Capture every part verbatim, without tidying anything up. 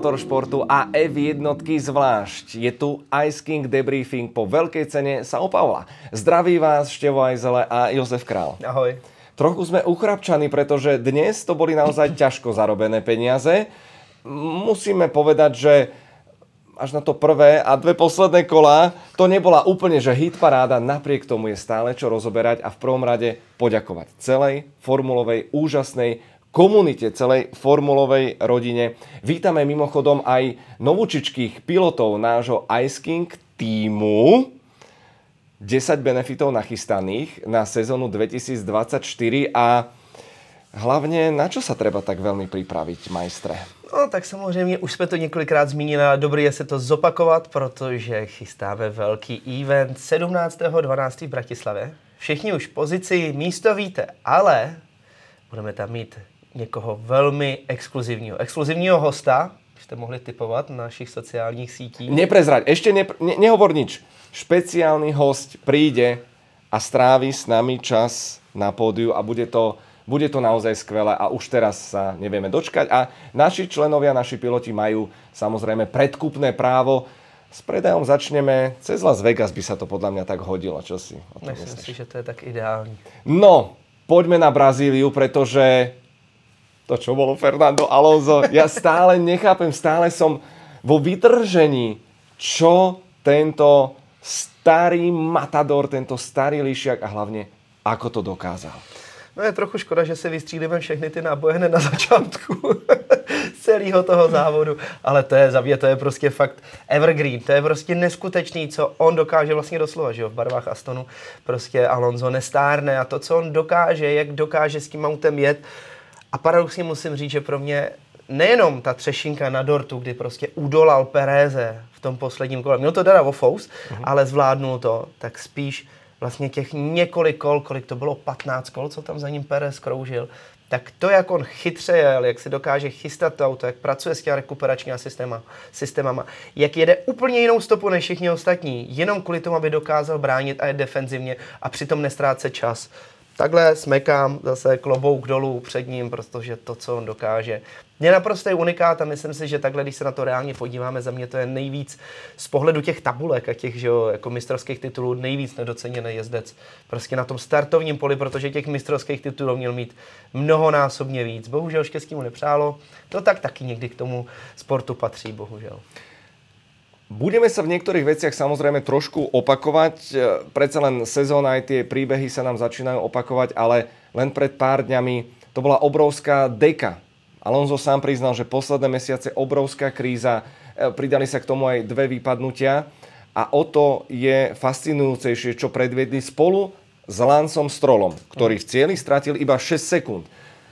motoršportu a ef jednotky zvlášť. Je tu Ice King debriefing po veľkej cene São Paula. Zdraví vás Števo Ajzele a Jozef Král. Ahoj. Trochu sme uchrapčaní, pretože dnes to boli naozaj ťažko zarobené peniaze. Musíme povedať, že až na to prvé a dve posledné kolá to nebola úplne že hitparáda, napriek tomu je stále čo rozoberať a v prvom rade poďakovať celej formulovej úžasnej komunite, celej formulovej rodine. Vítame mimochodom aj novúčičkých pilotov nášho Ice King týmu. desať benefitov nachystaných na sezónu dvetisícdvadsaťštyri a hlavne na čo sa treba tak veľmi pripraviť, majstre? No tak samozřejmě už jsme to několikrát zmínili, ale dobrý je se to zopakovat, protože chystáme velký event sedmnáctého dvanáctého v Bratislavě. Všichni už v pozici, místo víte, ale budeme tam mít někoho velmi exkluzivního. Exkluzivního hosta, jste mohli tipovat na našich sociálních sítích. Neprezrať, ešte ne, ne, nehovor nič. Špeciálny host príde a stráví s nami čas na pódiu a bude to, bude to naozaj skvelé a už teraz sa nevieme dočkať. A naši členovia, naši piloti majú samozrejme predkupné právo. S predajom začneme, cez Las Vegas by sa to podľa mňa tak hodilo. Čo si o tom Myslím myslíš? si, že to je tak ideální. No, poďme na Brazíliu, pretože to, čo bolo Fernando Alonso, ja stále nechápem, stále som vo vytržení, čo tento starý matador, tento starý lišiak a hlavne ako to dokázal. No je trochu škoda, že se vystřílíme všechny ty náboje hned na začátku celého toho závodu, ale to je za mě, to je prostě fakt evergreen, to je prostě neskutečný, co on dokáže vlastně doslova, že jo, v barvách Astonu prostě Alonso nestárne a to, co on dokáže, jak dokáže s tím autem jet. A paradoxně musím říct, že pro mě nejenom ta třešinka na dortu, kdy prostě udolal Pereze v tom posledním kole, měl to teda o fous, mm-hmm. ale zvládnul to, tak spíš vlastně těch několik kol, kolik to bylo, patnáct kol, co tam za ním Perez kroužil, tak to, jak on chytře jel, jak si dokáže chystat to auto, jak pracuje s těma rekuperačníma systéma, systémama, jak jede úplně jinou stopu než všichni ostatní, jenom kvůli tomu, aby dokázal bránit a jet defenzivně a přitom nestrácet čas. Takhle smekám zase klobouk dolů před ním, protože to, co on dokáže, je naprostý unikát a myslím si, že takhle, když se na to reálně podíváme, za mě to je nejvíc z pohledu těch tabulek a těch, že jo, jako mistrovských titulů nejvíc nedoceněný jezdec. Prostě na tom startovním poli, protože těch mistrovských titulů měl mít mnohonásobně víc. Bohužel štěstí mu nepřálo, to tak taky někdy k tomu sportu patří, bohužel. Budeme sa v niektorých veciach samozrejme trošku opakovať. Predsa len sezóna aj tie príbehy sa nám začínajú opakovať, ale len pred pár dňami to bola obrovská deka. Alonso sám priznal, že posledné mesiace obrovská kríza, pridali sa k tomu aj dve vypadnutia a o to je fascinujúcejšie, čo predviedli spolu s Lancom Strollom, ktorý v cieli stratil iba šesť sekúnd.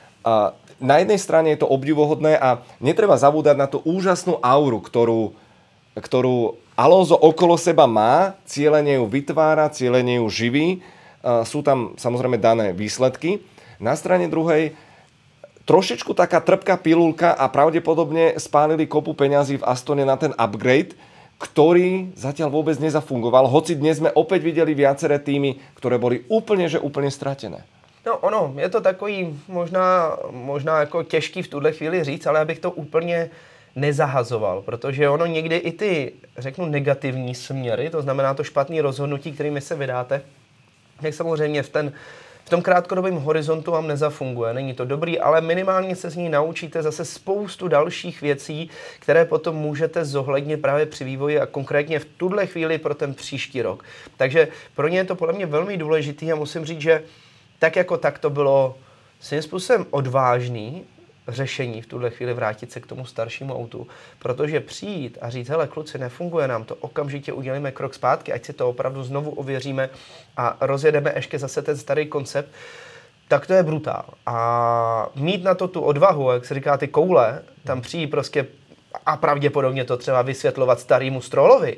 Na jednej strane je to obdivuhodné a netreba zabúdať na tú úžasnú auru, ktorú ktorú Alonso okolo seba má, cielene ju vytvára, cielene ju živí. Sú tam samozrejme dané výsledky. Na strane druhej trošičku taká trpká pilulka a pravdepodobne spálili kopu peňazí v Astone na ten upgrade, ktorý zatiaľ vôbec nezafungoval, hoci dnes sme opäť videli viaceré týmy, ktoré boli úplne, že úplne stratené. No ono, je to takový možná, možná jako těžký v tuhle chvíli říct, ale abych to úplně nezahazoval, protože ono někdy i ty, řeknu, negativní směry, to znamená to špatné rozhodnutí, kterými se vydáte, tak samozřejmě v, ten, v tom krátkodobém horizontu vám nezafunguje. Není to dobrý, ale minimálně se z ní naučíte zase spoustu dalších věcí, které potom můžete zohlednit právě při vývoji a konkrétně v tuhle chvíli pro ten příští rok. Takže pro ně je to podle mě velmi důležitý a musím říct, že tak jako tak to bylo svým způsobem odvážný řešení v tuhle chvíli vrátit se k tomu staršímu autu, protože přijít a říct, hele kluci, nefunguje nám to, okamžitě udělíme krok zpátky, ať si to opravdu znovu ověříme a rozjedeme ještě zase ten starý koncept, tak to je brutál. A mít na to tu odvahu, jak se říká ty koule, tam přijít prostě a pravděpodobně to třeba vysvětlovat starýmu Strollovi,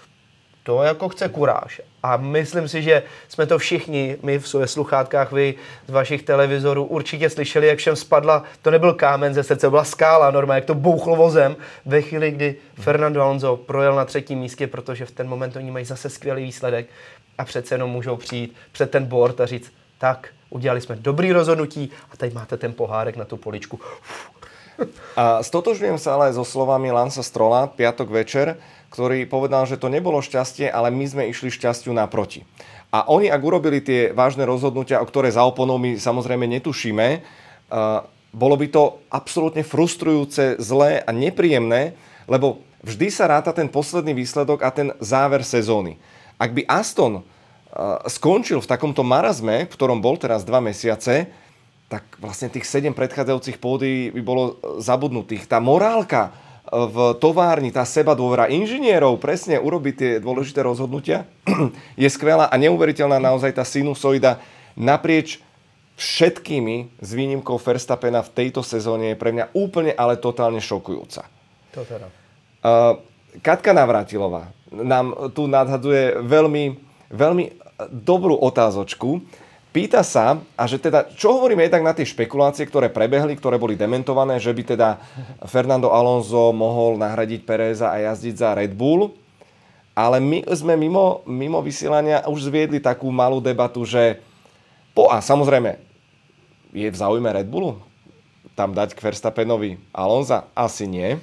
to jako chce kuráž. A myslím si, že jsme to všichni, my v svých sluchátkách, vy z vašich televizorů určitě slyšeli, jak všem spadla, to nebyl kámen ze srdce, byla skála normálně, jak to bouchlo vozem ve chvíli, kdy Fernando Alonso projel na třetím místě, protože v ten moment oni mají zase skvělý výsledek a přece jenom můžou přijít před ten board a říct, tak, udělali jsme dobrý rozhodnutí a teď máte ten pohárek na tu poličku. Uf. A stotožňujem sa ale so slovami Lansa Strolla piatok večer, ktorý povedal, že to nebolo šťastie, ale my sme išli šťastiu naproti. A oni, ak urobili tie vážne rozhodnutia, o ktoré za oponou my samozrejme netušíme, uh, bolo by to absolútne frustrujúce, zlé a nepríjemné, lebo vždy sa ráta ten posledný výsledok a ten záver sezóny. Ak by Aston uh, skončil v takomto marazme, v ktorom bol teraz dva mesiace, tak vlastne tých sedem predchádzajúcich pódií by bolo zabudnutých. Tá morálka v továrni, tá sebadôvera inžinierov presne urobiť tie dôležité rozhodnutia je skvelá a neuveriteľná naozaj tá sinusoida naprieč všetkými s výnimkou Verstappena v tejto sezóne je pre mňa úplne, ale totálne šokujúca. To teda. Uh, Katka Navrátilová nám tu nadhadzuje veľmi, veľmi dobrú otázočku. Pýta sa, a že teda, čo hovoríme aj tak na tie špekulácie, ktoré prebehli, ktoré boli dementované, že by teda Fernando Alonso mohol nahradiť Pereza a jazdiť za Red Bull. Ale my sme mimo, mimo vysielania už zviedli takú malú debatu, že po a samozrejme je v záujme Red Bullu tam dať k Verstappenovi Alonza? Asi nie.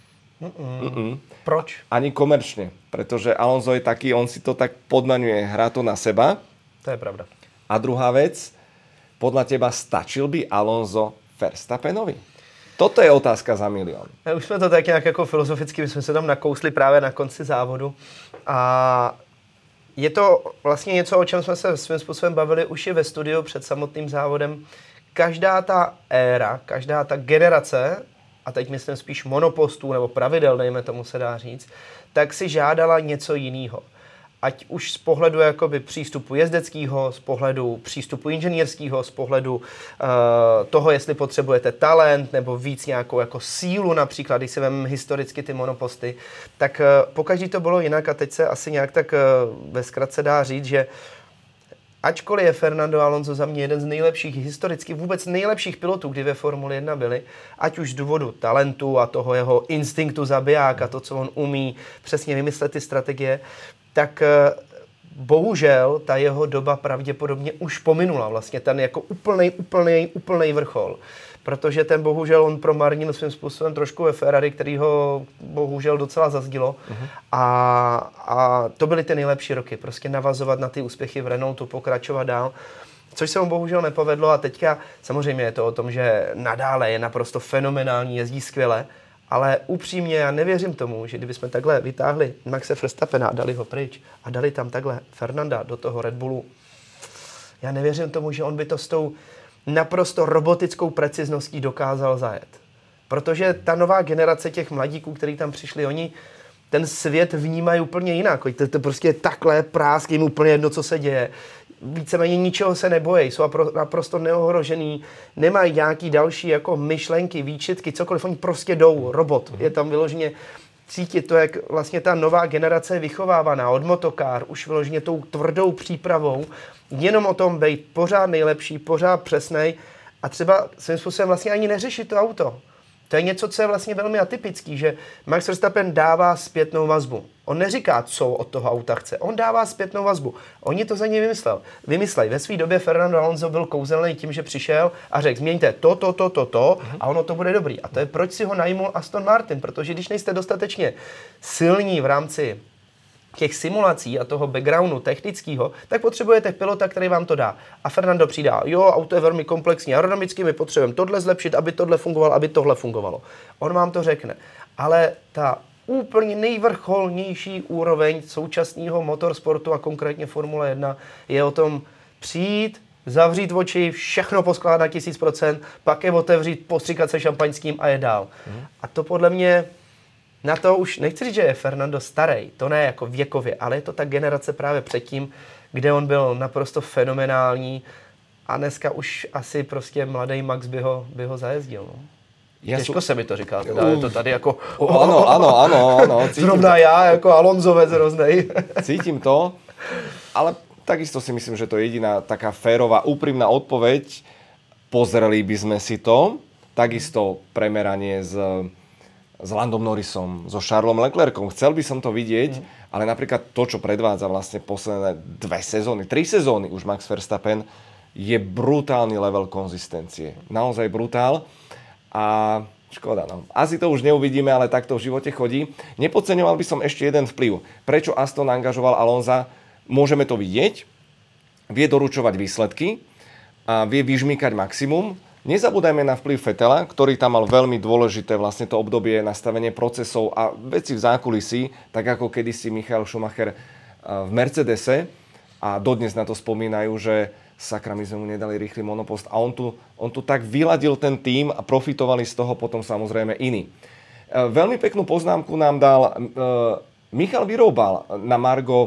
Mm-mm. Proč? Ani komerčne, pretože Alonso je taký, on si to tak podmaňuje, hrá to na seba. To je pravda. A druhá vec, podľa teba stačil by Alonso Verstappenovi? Toto je otázka za milión. Už jsme to tak nějak jako filozoficky, my jsme se tam nakousli právě na konci závodu. A je to vlastně něco, o čem jsme se svým způsobem bavili už i ve studiu před samotným závodem. Každá ta éra, každá ta generace, a teď myslím spíš monopostů nebo pravidel, dejme tomu se dá říct, tak si žádala něco jiného. Ať už z pohledu jakoby přístupu jezdeckého, z pohledu přístupu inženýrského, z pohledu uh, toho, jestli potřebujete talent nebo víc nějakou jako sílu, například, když si vezmeme historicky ty monoposty, tak uh, pokaždý to bylo jinak a teď se asi nějak tak uh, ve zkratce dá říct, že ačkoliv je Fernando Alonso za mě jeden z nejlepších, historicky vůbec nejlepších pilotů, kdy ve Formuli jedna byli, ať už z důvodu talentu a toho jeho instinktu zabijáka, to, co on umí přesně vymyslet ty strategie, tak bohužel ta jeho doba pravděpodobně už pominula. Vlastně ten jako úplnej, úplnej, úplnej vrchol. Protože ten bohužel on promarnil svým způsobem trošku ve Ferrari, který ho bohužel docela zazdilo. Uh-huh. A, a to byly ty nejlepší roky. Prostě navazovat na ty úspěchy v Renaultu, pokračovat dál. Což se mu bohužel nepovedlo a teďka samozřejmě je to o tom, že nadále je naprosto fenomenální, jezdí skvěle. Ale upřímně já nevěřím tomu, že kdybychom takhle vytáhli Maxe Verstappena a dali ho pryč a dali tam takhle Fernanda do toho Red Bullu, já nevěřím tomu, že on by to s tou naprosto robotickou precizností dokázal zajet. Protože ta nová generace těch mladíků, kteří tam přišli, oni ten svět vnímají úplně jinak. To, to prostě je takhle prásk, jim úplně jedno, co se děje. Víceméně ničeho se nebojí, jsou naprosto neohrožený, nemají nějaký další jako myšlenky, výčitky, cokoliv, oni prostě jdou, robot. Je tam vyloženě cítit to, jak vlastně ta nová generace je vychovávaná od motokár, už vyloženě tou tvrdou přípravou, jenom o tom být pořád nejlepší, pořád přesnej a třeba svým způsobem vlastně ani neřešit to auto. To je něco, co je vlastně velmi atypický, že Max Verstappen dává zpětnou vazbu. On neříká, co od toho auta chce. On dává zpětnou vazbu. Oni to za něj vymyslel. Vymyslej. Ve své době Fernando Alonso byl kouzelný tím, že přišel a řekl, změňte to, to, to, to, to a ono to bude dobrý. A to je, proč si ho najmul Aston Martin. Protože když nejste dostatečně silní v rámci těch simulací a toho backgroundu technického, tak potřebujete pilota, který vám to dá. A Fernando přidá, jo, auto je velmi komplexní, aerodynamicky my potřebujeme tohle zlepšit, aby tohle fungovalo, aby tohle fungovalo. On vám to řekne. Ale ta úplně nejvrcholnější úroveň současného motorsportu a konkrétně Formule jedna je o tom přijít, zavřít oči, všechno poskládat na tisíc procent, pak je otevřít, postříkat se šampaňským a je dál. Mm. A to podle mě na to už, nechci říct, že je Fernando starý, to ne jako věkově, ale je to ta generace právě předtím, kde on byl naprosto fenomenální a dneska už asi prostě mladý Max by ho, by ho zajezdil. No. Ja Těžko sú... se mi to říká, teda je to tady jako... Áno, áno, áno, áno. Zrovna já jako Alonzovec hroznej. Cítim to, ale takisto si myslím, že to je jediná taká férová, úprimná odpoveď. Pozreli by sme si to, takisto premeranie z... s Landom Norrisom, so Charlesom Leclercom. Chcel by som to vidieť, mm. ale napríklad to, čo predvádza vlastne posledné dve sezóny, tri sezóny už Max Verstappen, je brutálny level konzistencie. Naozaj brutál. A Škoda, no. Asi to už neuvidíme, ale tak to v živote chodí. Nepodceňoval by som ešte jeden vplyv. Prečo Aston angažoval Alonza? Môžeme to vidieť. Vie doručovať výsledky a vie vyžmýkať maximum. Nezabúdajme na vplyv Vettela, ktorý tam mal veľmi dôležité vlastne to obdobie nastavenie procesov a veci v zákulisí, tak ako kedysi Michael Schumacher v Mercedese a dodnes na to spomínajú, že sakra, my sme mu nedali rýchly monopost a on tu, on tu tak vyladil ten tím a profitovali z toho potom samozrejme iní. Veľmi peknú poznámku nám dal uh, Michal Vyroubal na margo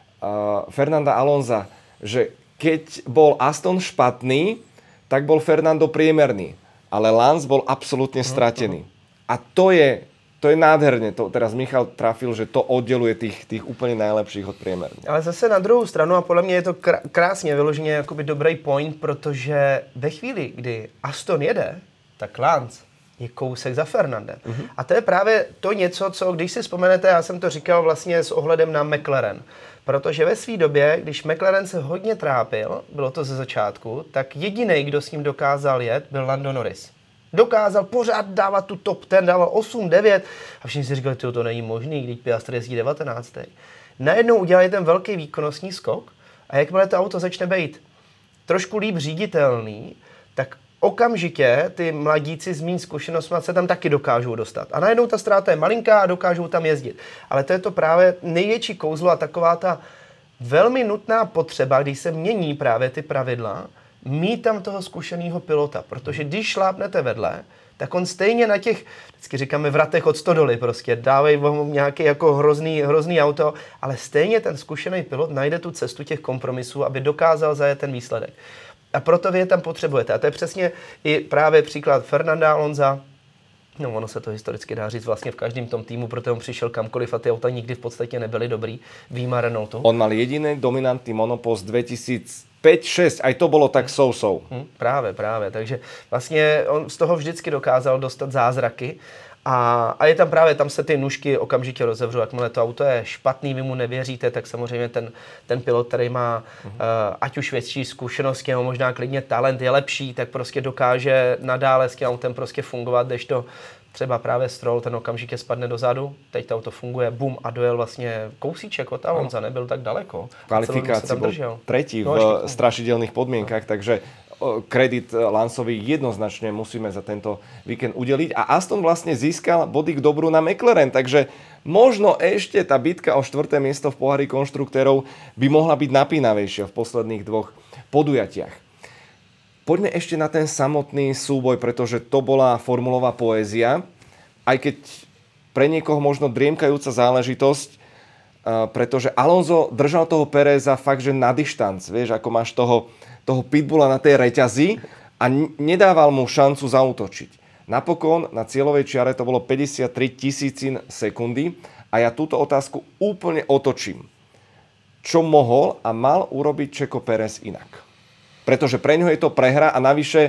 uh, Fernanda Alonza, že keď bol Aston špatný, tak bol Fernando priemerný, ale Lance bol absolútne stratený. A to je To je nádherně, to teraz Michal trafil, že to odděluje těch, těch úplně nejlepších od průměrných. Ale zase na druhou stranu, a podle mě je to krásně vyloženě jakoby dobrý point, protože ve chvíli, kdy Aston jede, tak Lance je kousek za Fernandem. Mm-hmm. A to je právě to něco, co, když si vzpomenete, já jsem to říkal vlastně s ohledem na McLaren. Protože ve své době, když McLaren se hodně trápil, bylo to ze začátku, tak jediný, kdo s ním dokázal jet, byl Lando Norris. Dokázal pořád dávat tu top ten, dával osm devět a všichni si říkali, to není možný, když Piastri jezdí devatenáctý. Najednou udělali ten velký výkonnostní skok a jakmile to auto začne být trošku líp říditelný, tak okamžitě ty mladíci s méně zkušenostmi se tam taky dokážou dostat. A najednou ta ztráta je malinká a dokážou tam jezdit. Ale to je to právě největší kouzlo a taková ta velmi nutná potřeba, když se mění právě ty pravidla, mít tam toho zkušeného pilota, protože když šlápnete vedle, tak on stejně na těch, vždycky říkáme vratech od stodoly prostě, dávají vám nějaký jako hrozný, hrozný auto, ale stejně ten zkušený pilot najde tu cestu těch kompromisů, aby dokázal zajet ten výsledek. A proto vy je tam potřebujete. A to je přesně i právě příklad Fernanda Alonza. No, ono se to historicky dá říct vlastně v každém tom týmu, protože on přišel kamkoliv a ty auta nikdy v podstatě nebyly dobrý. Výjima Renaultu. On mal jediný dominantní monopost dvetisícpäť šesť, aj to bylo tak so-so. Hmm, právě, právě. Takže vlastně on z toho vždycky dokázal dostat zázraky. A, a je tam právě, tam se ty nůžky okamžitě rozevřou, jakmile to auto je špatný, vy mu nevěříte, tak samozřejmě ten, ten pilot, který má uh, ať už větší zkušenosti, nebo možná klidně talent, je lepší, tak prostě dokáže nadále s tím autem prostě fungovat, kdežto třeba právě Stroll, ten okamžitě spadne dozadu, teď to auto funguje, bum, a dojel vlastně kousíček od Alonza, nebyl tak daleko. Kvalifikáci byl tretí v no, strašidelných podmienkach, no. Takže kredit Lancovi jednoznačne musíme za tento víkend udeliť. A Aston vlastne získal body k dobru na McLaren, takže možno ešte tá bitka o štvrté miesto v pohári konštruktérov by mohla byť napínavejšia v posledných dvoch podujatiach. Poďme ešte na ten samotný súboj, pretože to bola formulová poézia, aj keď pre niekoho možno driemkajúca záležitosť, pretože Alonso držal toho Pereza fakt, že na dištanc, vieš, ako máš toho toho pitbulla na tej reťazi a nedával mu šancu zaútočiť. Napokon na cieľovej čiare to bolo päťdesiattri tisícin sekundy a ja túto otázku úplne otočím. Čo mohol a mal urobiť Checo Pérez inak? Pretože pre ňoho je to prehra a navyše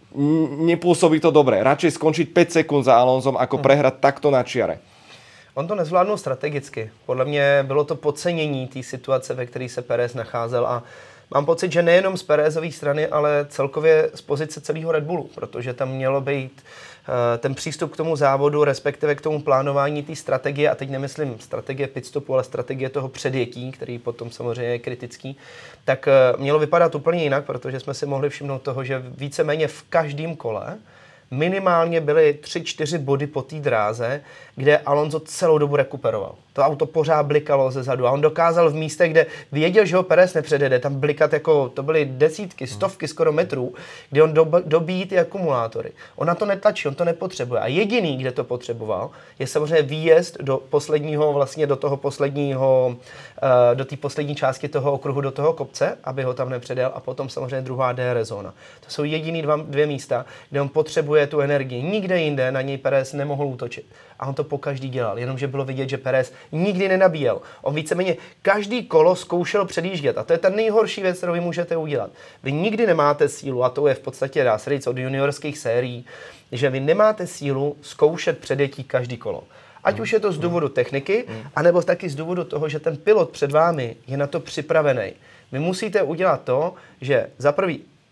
nepôsobí to dobre. Radšej skončiť päť sekúnd za Alonsom, ako prehrať takto na čiare. On to nezvládnul strategicky. Podle mě bylo to podcenění té situace, ve které se Pérez nacházel a mám pocit, že nejenom z Pérezové strany, ale celkově z pozice celého Red Bullu, protože tam mělo být uh, ten přístup k tomu závodu, respektive k tomu plánování té strategie, a teď nemyslím strategie pitstopu, ale strategie toho předjetí, který potom samozřejmě je kritický, tak uh, mělo vypadat úplně jinak, protože jsme si mohli všimnout toho, že víceméně v každém kole minimálně byly tři čtyři body po té dráze, kde Alonso celou dobu rekuperoval. To auto pořád blikalo ze zadu a on dokázal v místech, kde věděl, že ho Pérez nepředjede, tam blikat jako, to byly desítky, stovky skoro metrů, kde on dob, dobíjí ty akumulátory. On na to netlačí, on to nepotřebuje. A jediný, kde to potřeboval, je samozřejmě výjezd do posledního, vlastně do toho posledního, do té poslední části toho okruhu, do toho kopce, aby ho tam nepředjel, a potom samozřejmě druhá D R zóna. To jsou jediný dva, dvě místa, kde on potřebuje tu energii. Nikde jinde na něj Pérez nemohl útočit. A on to pokaždý dělal, jenomže bylo vidět, že Pérez nikdy nenabíjel. On víceméně každý kolo zkoušel předjíždět. A to je ta nejhorší věc, kterou vy můžete udělat. Vy nikdy nemáte sílu, a to je v podstatě, dá se říct, od juniorských sérií, že vy nemáte sílu zkoušet předjetí každý kolo. Ať už je to z důvodu techniky, anebo taky z důvodu toho, že ten pilot před vámi je na to připravený. Vy musíte udělat to, že za prvý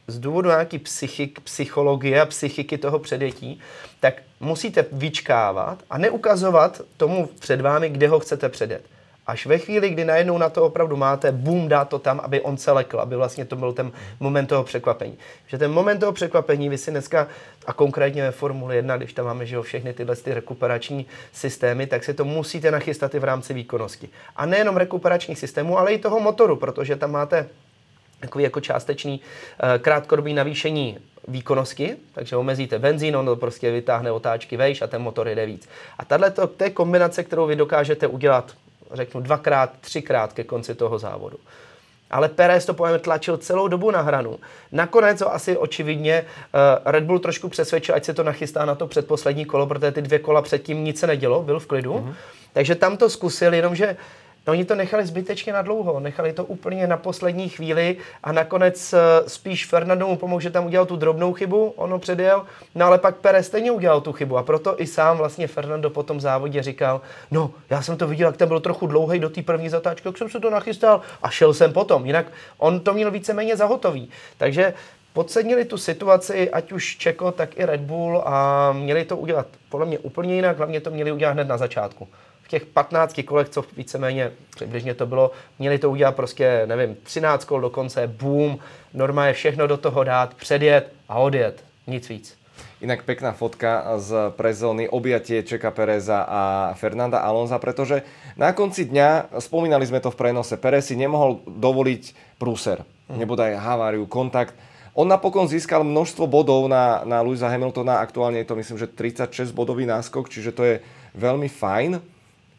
z důvodu nějaký psychik, psychologie a psychiky toho předjetí, tak musíte vyčkávat a neukazovat tomu před vámi, kde ho chcete předjet. Až ve chvíli, kdy najednou na to opravdu máte, boom, dá to tam, aby on se lekl, aby vlastně to byl ten moment toho překvapení. Že ten moment toho překvapení, vy si dneska, a konkrétně ve Formule jedna, když tam máme, že jo, všechny tyhle ty rekuperační systémy, tak si to musíte nachystat i v rámci výkonnosti. A nejenom rekuperačních systémů, ale i toho motoru, protože tam máte takový jako částečný krátkodobý navýšení výkonnosti, takže omezíte benzín, on to prostě vytáhne otáčky vejš a ten motor jede víc. A tahle to, to je kombinace, kterou vy dokážete udělat, řeknu, dvakrát, třikrát ke konci toho závodu. Ale Pérez to povím tlačil celou dobu na hranu. Nakonec ho asi očividně uh, Red Bull trošku přesvědčil, ať se to nachystá na to předposlední kolo, protože ty dvě kola předtím nic se nedělo, byl v klidu. Mm-hmm. Takže tam to zkusil, jenomže no, oni to nechali zbytečně na dlouho, nechali to úplně na poslední chvíli a nakonec uh, spíš Fernando mu pomohl, že tam udělal tu drobnou chybu, ono předjel, no ale pak Pérez stejně udělal tu chybu a proto i sám vlastně Fernando po tom závodě říkal, no já jsem to viděl, jak ten byl trochu dlouhej do té první zatáčky, jak jsem se to nachystal a šel jsem potom, jinak on to měl víceméně zahotový, takže podcenili tu situaci, ať už Checo, tak i Red Bull a měli to udělat podle mě úplně jinak, hlavně to měli udělat hned na začátku. V těch patnácti kolech, co víceméně přibližně to bylo, měli to udělat prostě, nevím, třináct kol do konce, boom, normálně všechno do toho dát, předjet a odjet, nic víc. Inak pekná fotka z prezóny, objatie Čeka Pereza a Fernanda Alonsa, pretože na konci dňa, spomínali sme to v prenose, Perez si nemohol dovoliť prúser, hmm. nebodaj haváriu, kontakt. On napokon získal množstvo bodov na, na Lewisa Hamiltona, aktuálne je to myslím, že tridsaťšesť bodový náskok, čiže to je veľmi fajn.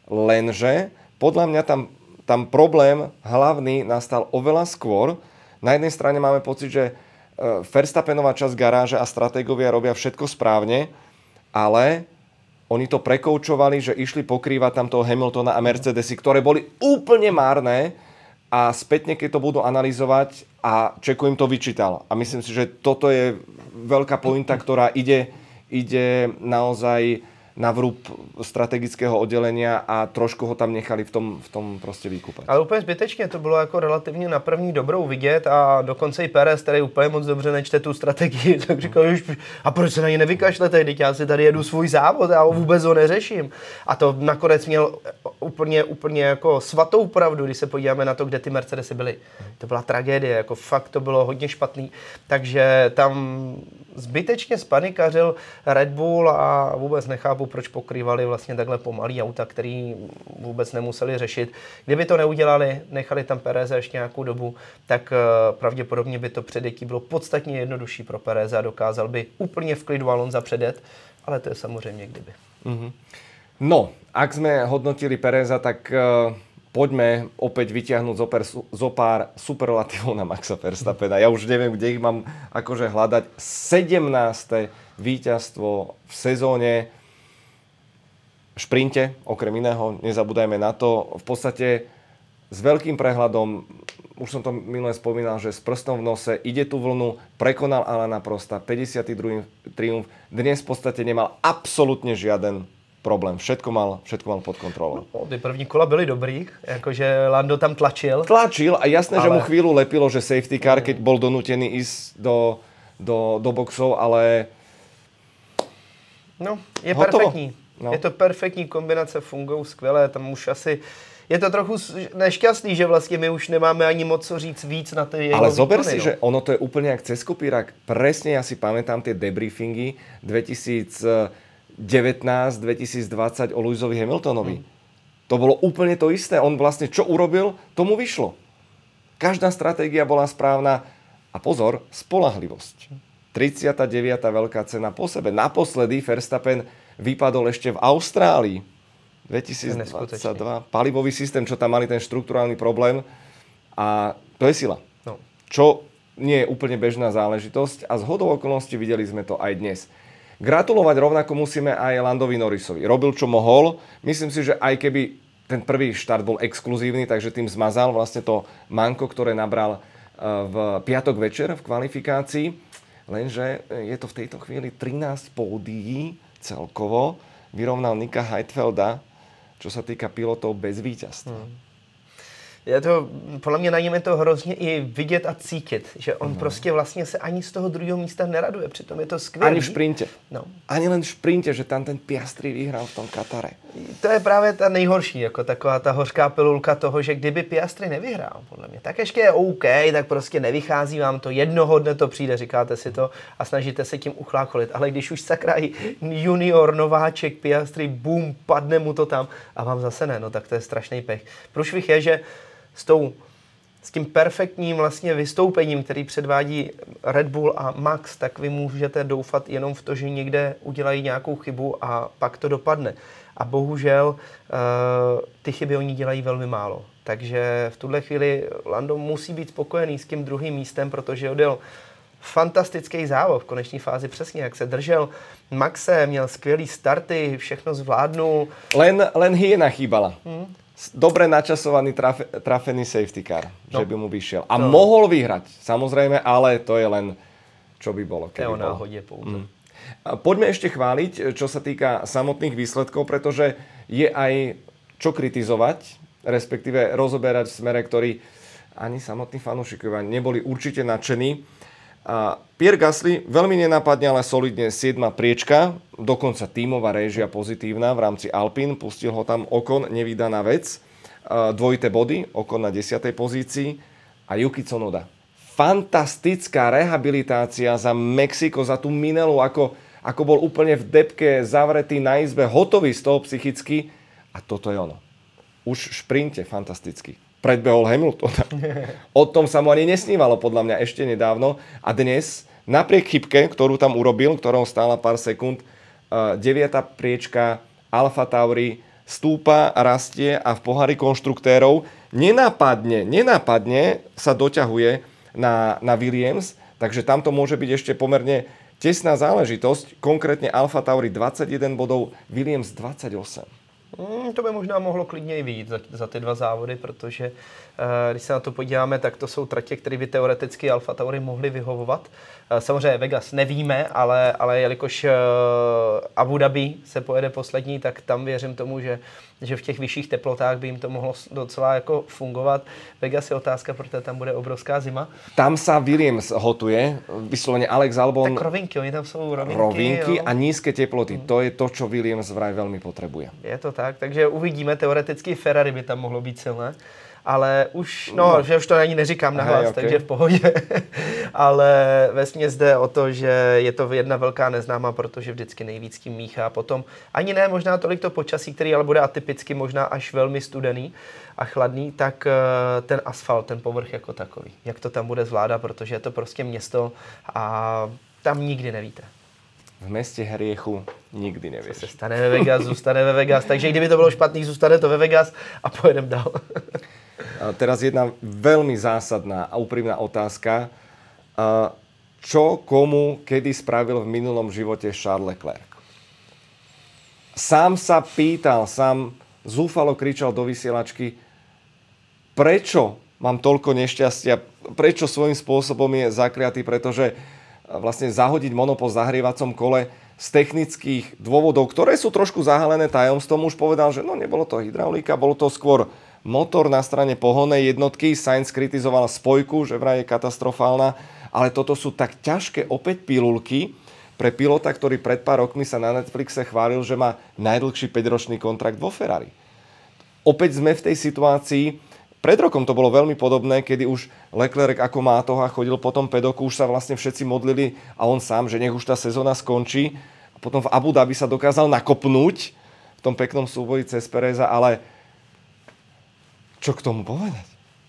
Lenže podľa mňa tam, tam problém hlavný nastal oveľa skôr. Na jednej strane máme pocit, že Verstappenová časť garáže a stratégovia robia všetko správne, ale oni to prekoučovali, že išli pokrývať tam toho Hamiltona a Mercedesy, ktoré boli úplne márne a spätne, keď to budú analyzovať a Čeko im to vyčítal. A myslím si, že toto je veľká pointa, ktorá ide, ide naozaj na vrub strategického oddělenia a trošku ho tam nechali v tom, v tom prostě vykupať. Ale úplně zbytečně, to bylo jako relativně na první dobrou vidět a dokonce i Pérez, který úplně moc dobře nečte tu strategii, tak říkal, a proč se na ně nevykašlete, teď já si tady jedu svůj závod, já ho vůbec ho neřeším. A to nakonec měl úplně, úplně jako svatou pravdu, když se podíváme na to, kde ty Mercedesy byly. To byla tragédie, jako fakt to bylo hodně špatný, takže tam zbytečně spanikařil Red Bull a vůbec nechápu, proč pokrývali vlastně takhle pomalý auta, který vůbec nemuseli řešit. Kdyby to neudělali, nechali tam Pereze ještě nějakou dobu, tak pravděpodobně by to předjetí bylo podstatně jednodušší pro Pereze a dokázal by úplně v klidu Alonsa předjet, ale to je samozřejmě kdyby. Mm-hmm. No, ak sme hodnotili Pereza, tak uh, poďme opäť vyťahnuť zoper, zopár superlatívov na Maxa Verstappena. Ja už neviem, kde ich mám akože hľadať. sedemnáste víťazstvo v sezóne v šprinte, okrem iného, nezabúdajme na to. V podstate s veľkým prehľadom, už som to minule spomínal, že s prstom v nose ide tú vlnu, prekonal Alana Prosta, päťdesiaty druhý triumf. Dnes v podstate nemal absolútne žiaden problém. Všetko mal, všetko mal pod kontrolou. No, ty první kola byly dobrý, jakože Lando tam tlačil. Tlačil a jasné, ale... že mu chvíľu lepilo, že safety car, keď bol donútený ísť do, do, do boxov, ale... No, je hotovo. Perfektní. No. Je to perfektní kombinace, fungují skvěle, tam už asi... Je to trochu nešťastný, že vlastně my už nemáme ani moc co říct víc na ty jeho Ale zober výkony, si, no. že ono to je úplne jak cez kopírak. Presne ja si pamätám tie debriefingy dvetisícdevätnásť dvetisícdvadsať o Lewisovi Hamiltonovi. Hmm. To bolo úplne to isté. On vlastne čo urobil, tomu vyšlo. Každá stratégia bola správna. A pozor, spoľahlivosť. tridsiata deviata veľká cena po sebe. Naposledy Verstappen vypadol ešte v Austrálii. dvetisícdvadsaťdva. Palivový systém, čo tam mali ten štrukturálny problém. A to je sila. No. Čo nie je úplne bežná záležitosť. A z hodou okolností videli sme to aj dnes. Gratulovať rovnako musíme aj Landovi Norrisovi. Robil, čo mohol. Myslím si, že aj keby ten prvý štart bol exkluzívny, takže tým zmazal vlastne to manko, ktoré nabral v piatok večer v kvalifikácii. Lenže je to v tejto chvíli trinásť pódií celkovo. Vyrovnal Nika Heidfelda, čo sa týka pilotov bez víťazstva. Hmm. Je to, podle mě na něm je to hrozně i vidět a cítit, že on mm. prostě vlastně se ani z toho druhého místa neraduje, přitom je to skvělé. Ani v šprinte. No. Ani len v šprinte, že tam ten Piastri vyhrál v tom Katare. To je právě ta nejhorší, jako taková ta hořká pilulka toho, že kdyby Piastri nevyhrál, podle mě, tak ještě je OK, tak prostě nevychází vám to, jednoho dne to přijde, říkáte si to a snažíte se tím uchlácholit, ale když už sakra junior, nováček, Piastri, boom, padne mu to tam a vám zase ne, no tak to je strašný pech. Průšvih je, že s tou s tím perfektním vlastně vystoupením, který předvádí Red Bull a Max, tak vy můžete doufat jenom v to, že někde udělají nějakou chybu a pak to dopadne. A bohužel uh, ty chyby oni dělají velmi málo. Takže v tuhle chvíli Lando musí být spokojený s tím druhým místem, protože odjel fantastický závod v koneční fázi, přesně jak se držel. Maxe měl skvělý starty, všechno zvládnul. Len, len hyena chýbala. Hmm. Dobre načasovaný trafe, trafený safety car, no. Že by mu vyšiel. A no. Mohol vyhrať, samozrejme, ale to je len, čo by bolo. To je o náhodě pouze. Mm. Poďme ešte chváliť, čo sa týka samotných výsledkov, pretože je aj čo kritizovať, respektíve rozoberať v smere, ktorý ani samotní fanúšikovia neboli určite nadšení. A Pierre Gasly veľmi nenápadne, ale solidne siedma priečka, dokonca tímová réžia pozitívna v rámci Alpine, pustil ho tam Ocon, nevídaná vec, dvojité body, Ocon na desiatej pozícii a Yuki Tsunoda. Fantastická rehabilitácia za Mexiko, za tú minelu, ako, ako bol úplne v depke, zavretý na izbe, hotový z toho psychicky a toto je ono. Už v šprinte fantasticky. Predbehol Hamiltona. O tom sa mu ani nesnívalo podľa mňa ešte nedávno. A dnes, napriek chybke, ktorú tam urobil, ktorou stála pár sekúnd, deviata priečka Alfa Tauri stúpa, rastie a v pohári konštruktérov nenápadne, nenápadne sa doťahuje na, na Williams, takže tam to môže byť ešte pomerne tesná záležitosť. Konkrétne Alfa Tauri dvadsaťjeden bodov, Williams dvadsaťosem. Hmm, to by možná mohlo klidně i vyjít za, za ty dva závody, protože uh, když se na to podíváme, tak to jsou tratě, které by teoreticky Alfa Tauri mohly vyhovovat. Uh, samozřejmě Vegas nevíme, ale, ale jelikož uh, Abu Dhabi se pojede poslední, tak tam věřím tomu, že, že v těch vyšších teplotách by jim to mohlo docela jako fungovat. Vegas je otázka, protože tam bude obrovská zima. Tam sa Williams hotuje, vyslovene Alex Albon. Tak rovinky, oni tam jsou rovinky. Rovinky jo. A nízke teploty, hmm. to je to, čo Williams vraj veľmi potrebuje. Je to tak, takže uvidíme, teoreticky Ferrari by tam mohlo být silné, ale už, no, no. že už to ani neříkám nahlas, okay. Takže v pohodě, ale vesměs jde o to, že je to jedna velká neznámá, protože vždycky nejvíc tím míchá potom, ani ne možná tolik to počasí, který ale bude atypicky možná až velmi studený a chladný, tak ten asfalt, ten povrch jako takový, jak to tam bude zvládat, protože je to prostě město a tam nikdy nevíte. V meste hriechu nikdy nevieš. Co se stane ve Vegas, zůstane ve Vegas. Takže kdyby to bylo špatný, zůstane to ve Vegas a pojedem dál. A teraz jedna veľmi zásadná a úprimná otázka. Čo komu kedy spravil v minulom živote Charles Leclerc? Sám sa pýtal, sám zúfalo kričal do vysielačky, prečo mám toľko nešťastia, prečo svojím spôsobom je zakliatý, pretože vlastne zahodiť monopol v zahrievacom kole z technických dôvodov, ktoré sú trošku zahalené tajomstvom. Už povedal, že no nebolo to hydraulika, bolo to skôr motor na strane pohonnej jednotky. Sainz kritizoval spojku, že vraj je katastrofálna, ale toto sú tak ťažké opäť pilulky pre pilota, ktorý pred pár rokmi sa na Netflixe chválil, že má najdlhší päťročný kontrakt vo Ferrari. Opäť sme v tej situácii. Pred rokom to bolo veľmi podobné, kedy už Leclerc ako mátoha chodil po tom pedoku, už sa vlastne všetci modlili a on sám, že nech už tá sezóna skončí. A potom v Abu Dhabi sa dokázal nakopnúť v tom peknom súboji cez Pereza, ale čo k tomu povedať?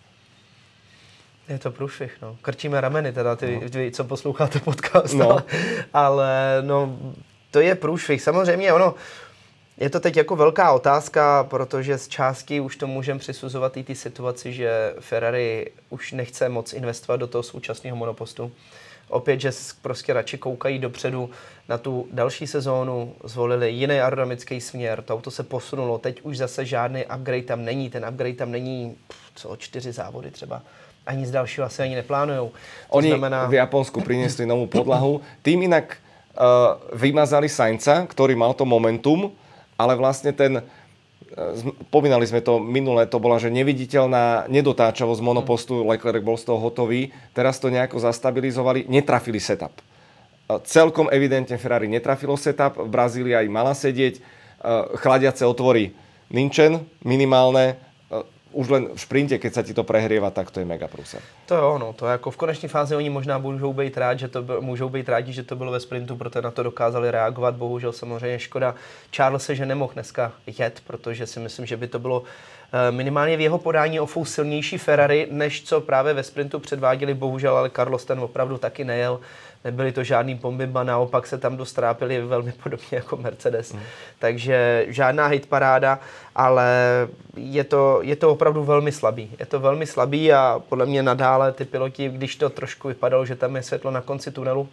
Je to průšvih, no. Krčíme rameny, teda ty, no. Vy, co posloucháte podcast, no. ale, ale no, to je průšvih. Samozřejmě ono, je to teď jako velká otázka, protože z části už to můžeme přisuzovat i té situaci, že Ferrari už nechce moc investovat do toho současného monopostu. Opět, že prostě radši koukají dopředu na tu další sezónu, zvolili jiný aerodynamický směr, to auto se posunulo, teď už zase žádný upgrade tam není, ten upgrade tam není, co, čtyři závody třeba. Ani z dalšího asi ani neplánujou. Oni znamená... v Japonsku priniesli novú podlahu, tým inak uh, vymazali Sainza, ktorý mal to momentum, ale vlastne ten Pomínali sme to minulé, to bola, že neviditeľná nedotáčavosť monopostu, Leclerc bol z toho hotový, teraz to nejako zastabilizovali, netrafili setup. Celkom evidentne Ferrari netrafilo setup, v Brazílii aj mala sedieť, chladiace otvory Ninchen, minimálne, už len v šprinte, keď sa ti to prehrieva, tak to je mega průser. To jo, no, to jako v konečné fázi oni možná můžou být rádi, že to bylo, můžou být rádi, že to bylo ve sprintu, protože na to dokázali reagovat. Bohužel samozřejmě škoda Charlese, že nemohl dneska jet, protože si myslím, že by to bylo minimálně v jeho podání o fous silnější Ferrari, než co právě ve sprintu předváděli. Bohužel, ale Carlos ten opravdu taky nejel. Nebyly to žádný bombiba, naopak se tam dostrápili velmi podobně jako Mercedes. Mm. Takže žádná hitparáda, ale je to, je to opravdu velmi slabý. Je to velmi slabý a podle mě nadále ty piloti, když to trošku vypadalo, že tam je světlo na konci tunelu,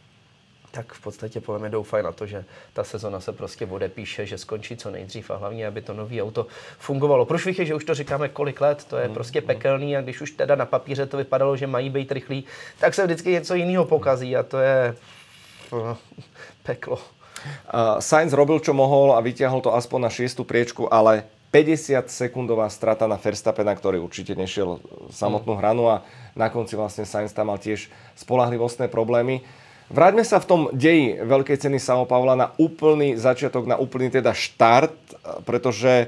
tak v podstatě podle mě doufají na to, že ta sezona se prostě odepíše, že skončí co nejdřív a hlavně, aby to nový auto fungovalo. Průšvih je, že už to říkáme kolik let, to je mm, prostě pekelný a když už teda na papíře to vypadalo, že mají být rychlí, tak se vždycky něco jiného pokazí a to je uh, peklo. Uh, Sainz robil, čo mohol a vyťahol to aspoň na šiestu priečku, ale päťdesiatsekundová strata na Verstappena, ktorý určite nešiel samotnú hranu a na konci vlastne Sainz tam mal tiež spoľahlivostné problémy. Vráťme sa v tom deji Veľkej ceny São Paula na úplný začiatok, na úplný teda štart, pretože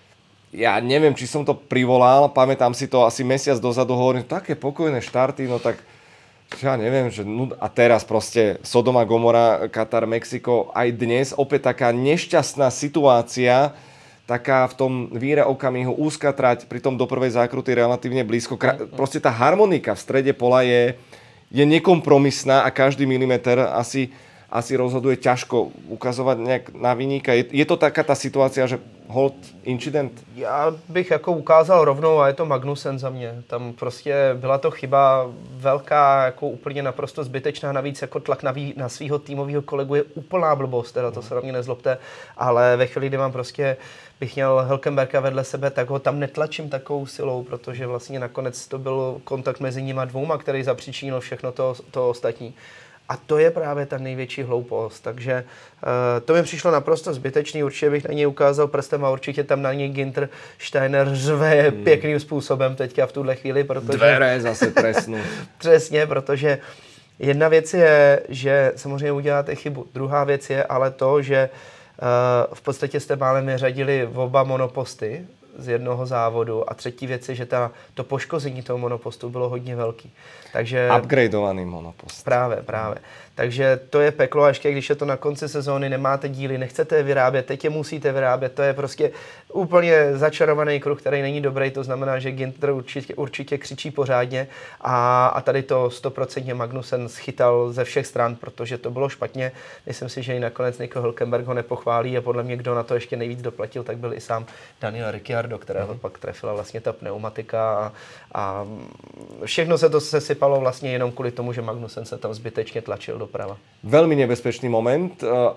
ja neviem, či som to privolal, pamätám si to asi mesiac dozadu, hovorím, také pokojné štarty, no tak ja neviem, že no, a teraz proste Sodoma, Gomora, Katar, Mexiko, aj dnes opäť taká nešťastná situácia, taká v tom víre okamihu, úzka trať, pritom do prvej zákruty relatívne blízko. Proste tá harmonika v strede pola je je nekompromisná a každý milimeter asi, asi rozhoduje ťažko ukazovať nejak na viníka. Je, je to taká tá situácia, že hold incident? Já bych jako ukázal rovnou a je to Magnussen za mě. Tam prostě byla to chyba velká, jako úplně naprosto zbytečná. Navíc jako tlak na, vý, na svého týmového kolegu je úplná blbost, teda to se na mě nezlobte, ale ve chvíli, kdy mám prostě bych měl Hülkenberga vedle sebe, tak ho tam netlačím takovou silou, protože vlastně nakonec to byl kontakt mezi nima dvouma, který zapříčinil všechno to, to ostatní. A to je právě ta největší hloupost. Takže uh, to mi přišlo naprosto zbytečný. Určitě bych na něj ukázal prstem a určitě tam na něj Günther Steiner řve hmm. pěkným způsobem teďka v tuhle chvíli. Protože... Dvere zase trestnou. Přesně, protože jedna věc je, že samozřejmě uděláte chybu. Druhá věc je ale to, že uh, v podstatě jste málem vyřadili oba monoposty z jednoho závodu a třetí věc je, že ta, to poškození toho monopostu bylo hodně velký. Takže upgradeovaný monopost. Právě, právě. Takže to je peklo a ještě když je to na konci sezóny, nemáte díly, nechcete je vyrábět, teď je musíte vyrábět, to je prostě úplně začarovaný kruh, který není dobrý, to znamená, že Günther určitě, určitě křičí pořádně a, a tady to stoprocentně Magnussen schytal ze všech stran, protože to bylo špatně. Myslím si, že i nakonec Nico Hülkenberg ho nepochválí a podle mě, kdo na to ještě nejvíc doplatil, tak byl i sám Daniel Ricciardo, kterého mm. pak trefila vlastně ta pneumatika a, a všechno se to sesypalo vlastně jenom kvůli tomu, že Magnussen se tam zbytečně tlačil doprava. Veľmi nebezpečný moment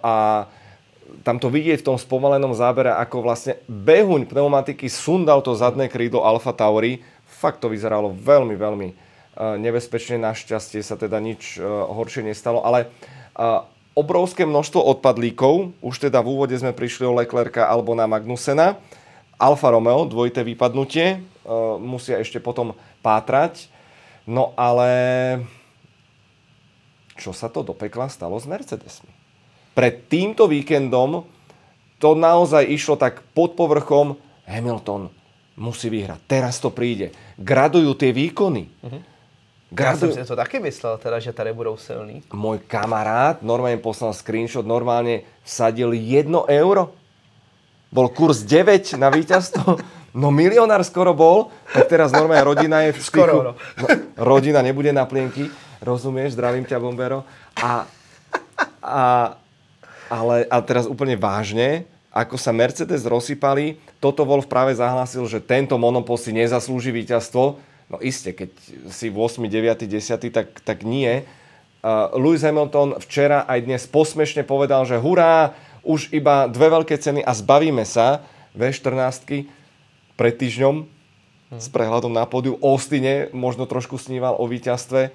a tam to vidieť v tom spomalenom zábere, ako vlastne behuň pneumatiky sundal to zadné krídlo Alfa Tauri. Fakt to vyzeralo veľmi, veľmi nebezpečne. Našťastie sa teda nič horšie nestalo, ale obrovské množstvo odpadlíkov. Už teda v úvode sme prišli o Leclerca alebo na Magnusena. Alfa Romeo, dvojité vypadnutie. Musia ešte potom pátrať. No ale čo sa to do pekla stalo s Mercedesmi? Pred týmto víkendom to naozaj išlo tak pod povrchom. Hamilton musí vyhrať. Teraz to príde. Gradujú tie výkony. Mhm. Gradujú. Ja som si to taky myslel, teda, že tady budou silní. Môj kamarát normálne poslal screenshot, normálne vsadil jedno euro. Bol kurz deväť na víťazstvo. No milionár skoro bol, tak teraz normálne rodina je v špichu. Skoro, no. No, rodina nebude na plienky, rozumieš, zdravím ťa, Bombero. A, a, ale, ale teraz úplne vážne, ako sa Mercedes rozsypali, Toto Wolff práve zahlásil, že tento monopost si nezaslúži víťazstvo. No iste, keď si ôsmy, deviaty, desiaty, tak, tak nie. Uh, Lewis Hamilton včera aj dnes posmešne povedal, že hurá, už iba dve veľké ceny a zbavíme sa vé štrnásť pred týždňom hmm. s prehľadom na pódiu. Austine možno trošku sníval o víťazstve.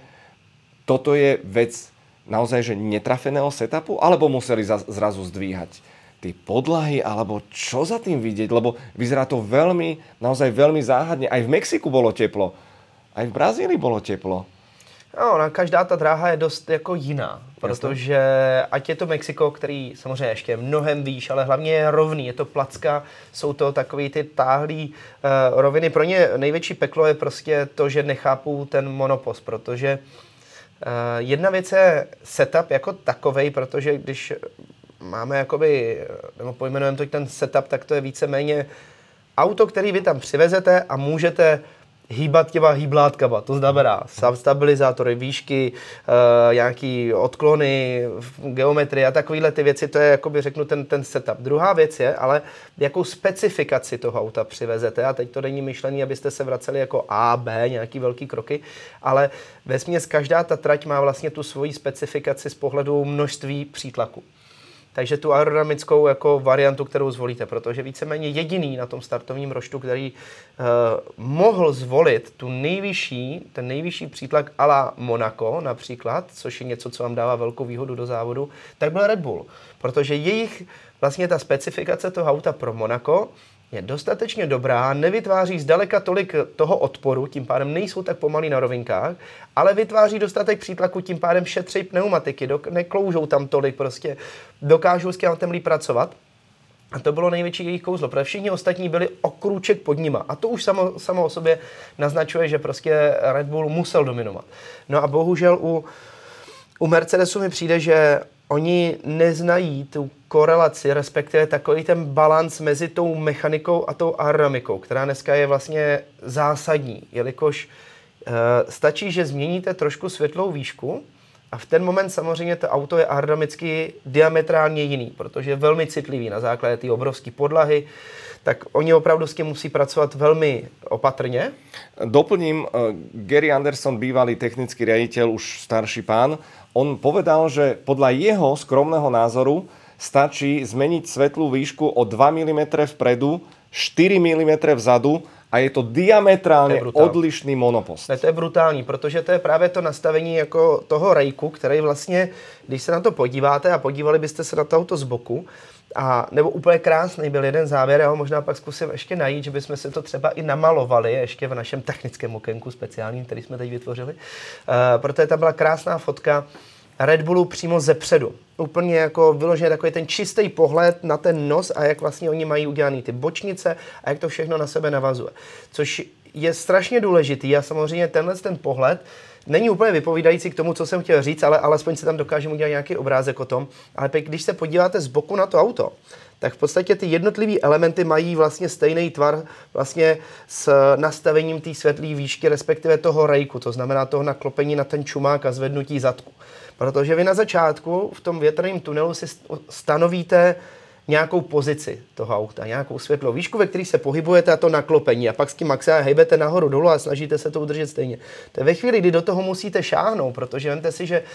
Toto je vec naozaj, že netrafeného setupu, alebo museli za, zrazu zdvíhať tie podlahy, alebo čo za tým vidieť, lebo vyzerá to veľmi, naozaj veľmi záhadne. Aj v Mexiku bolo teplo, aj v Brazílii bolo teplo. No, každá ta dráha je dost jako jiná, protože ať je to Mexiko, který samozřejmě ještě je mnohem výš, ale hlavně je rovný, je to placka, jsou to takový ty táhlý uh, roviny. Pro ně největší peklo je prostě to, že nechápou ten monopost, protože uh, jedna věc je setup jako takovej, protože když máme jakoby, nebo pojmenujeme to ten setup, tak to je víceméně auto, který vy tam přivezete a můžete hýbat těma hýblátkama, to znamená stabilizátory, výšky, e, nějaký odklony, geometrie a takovéhle ty věci, to je, jakoby řeknu, ten, ten setup. Druhá věc je, ale jakou specifikaci toho auta přivezete, a teď to není myšlení, abyste se vraceli jako A, B, nějaký velký kroky, ale vesměs každá ta trať má vlastně tu svoji specifikaci z pohledu množství přítlaku. Takže tu aerodynamickou jako variantu, kterou zvolíte, protože víceméně jediný na tom startovním roštu, který uh, mohl zvolit tu nejvyšší, ten nejvyšší přítlak a la Monaco například, což je něco, co vám dává velkou výhodu do závodu, tak byl Red Bull, protože jejich vlastně ta specifikace toho auta pro Monaco je dostatečně dobrá, nevytváří zdaleka tolik toho odporu, tím pádem nejsou tak pomalí na rovinkách, ale vytváří dostatek přítlaku, tím pádem šetří pneumatiky, dok- nekloužou tam tolik, prostě dokážou s tím autem líp pracovat. A to bylo největší jejich kouzlo, protože všichni ostatní byli o krůček pod nima. A to už samo, samo o sobě naznačuje, že prostě Red Bull musel dominovat. No a bohužel u, u Mercedesu mi přijde, že oni neznají tu korelaci, respektive takový ten balans mezi tou mechanikou a tou aerodynamikou, která dneska je vlastně zásadní, jelikož e, stačí, že změníte trošku světlou výšku a v ten moment samozřejmě to auto je aerodynamicky diametrálně jiný, protože je velmi citlivý na základě té obrovské podlahy, tak oni opravdu s tím musí pracovat velmi opatrně. Doplním, Gary Anderson, bývalý technický riaditeľ, už starší pán, on povedal, že podľa jeho skromného názoru stačí zmeniť svetlú výšku o dva milimetre vpredu, štyri milimetre vzadu a je to diametrálně to je odlišný monopost. Ne, to je brutální, protože to je právě to nastavení jako toho rejku, který vlastně, když se na to podíváte a podívali byste se na to auto z boku, a nebo úplně krásný byl jeden závěr, já ho možná pak zkusím ještě najít, že bychom si to třeba i namalovali ještě v našem technickém okénku speciálním, který jsme teď vytvořili, uh, protože tam byla krásná fotka Red Bullu přímo ze předu. Úplně jako vyloženě takový ten čistý pohled na ten nos a jak vlastně oni mají udělaný ty bočnice a jak to všechno na sebe navazuje. Což je strašně důležitý a samozřejmě tenhle ten pohled není úplně vypovídající k tomu, co jsem chtěl říct, ale alespoň si tam dokážeme udělat nějaký obrázek o tom. Ale když se podíváte z boku na to auto, tak v podstatě ty jednotlivé elementy mají vlastně stejný tvar vlastně s nastavením té světlé výšky, respektive toho rejku, to znamená toho naklopení na ten čumák a zvednutí zadku. Protože vy na začátku v tom větrném tunelu si stanovíte nějakou pozici toho auta, nějakou světlou výšku, ve které se pohybujete a to naklopení a pak s tím maximálně hejbete nahoru dolů a snažíte se to udržet stejně. To je ve chvíli, kdy do toho musíte šáhnout, protože vemte si, že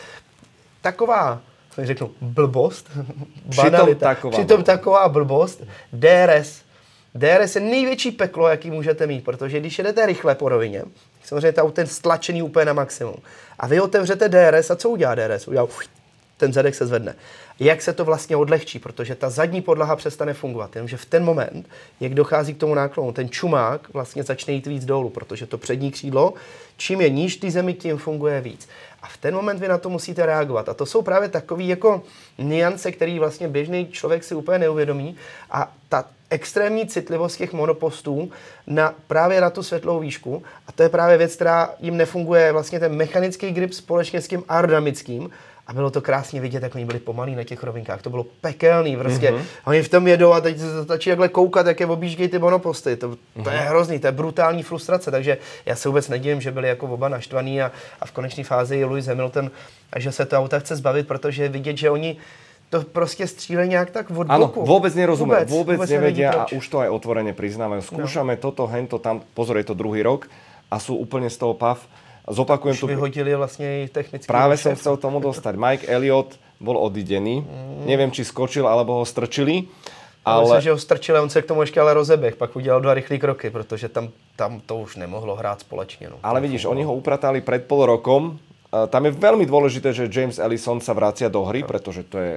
taková, co řeknu, blbost, banalita, přitom, přitom taková blbost, D R S. D R S je největší peklo, jaký můžete mít, protože když jedete rychle po rovině, samozřejmě to auto je stlačený úplně na maximum. A vy otevřete D R S a co udělá D R S? Udělá, ten zadek se zvedne. Jak se to vlastně odlehčí, protože ta zadní podlaha přestane fungovat, jenomže v ten moment, jak dochází k tomu náklonu, ten čumák vlastně začne jít víc dolů, protože to přední křídlo, čím je níž ty zemi, tím funguje víc. A v ten moment vy na to musíte reagovat. A to jsou právě takové jako niance, které vlastně běžný člověk si úplně neuvědomí. A ta extrémní citlivost těch monopostů na, právě na tu světlou výšku, a to je právě věc, která jim nefunguje, vlastně ten mechanický grip společně s tím aerodynamickým. A bylo to krásně vidět, jak oni byli pomalí na těch rovinkách. To bylo pekelný, prostě. Mm-hmm. Oni v tom jedou a teď se stačí takhle koukat, jak je objíždějí ty monoposty. To, to mm-hmm. je hrozný, to je brutální frustrace. Takže já se vůbec nedivím, že byli jako oba naštvaný a, a v konečné fázi Lewis Hamilton, a že se to auta chce zbavit, protože je vidět, že oni to prostě střílejí nějak tak od Áno, boku. vôbec nerozumiem, vôbec, vôbec, vôbec nevedia a proč. už to aj otvorene priznávajú. Skúšame no. toto, hento, tam, pozor, je to druhý rok a sú úplne z toho pav. Zopakujem už tu. vyhodili vlastne technicky. Práve som chcel tomu dostať. Mike Elliott bol odidený. Mm. Neviem, či skočil, alebo ho strčili. Ale... Myslím, že ho strčili, on se k tomu ještě ale rozeběh, pak udělal dva rychlé kroky, protože tam, tam to už nemohlo hrát společně. No. Ale vidíš, oni ho upratali pred pol rokom. Tam je veľmi dôležité, že James Allison sa vracia do hry, pretože to je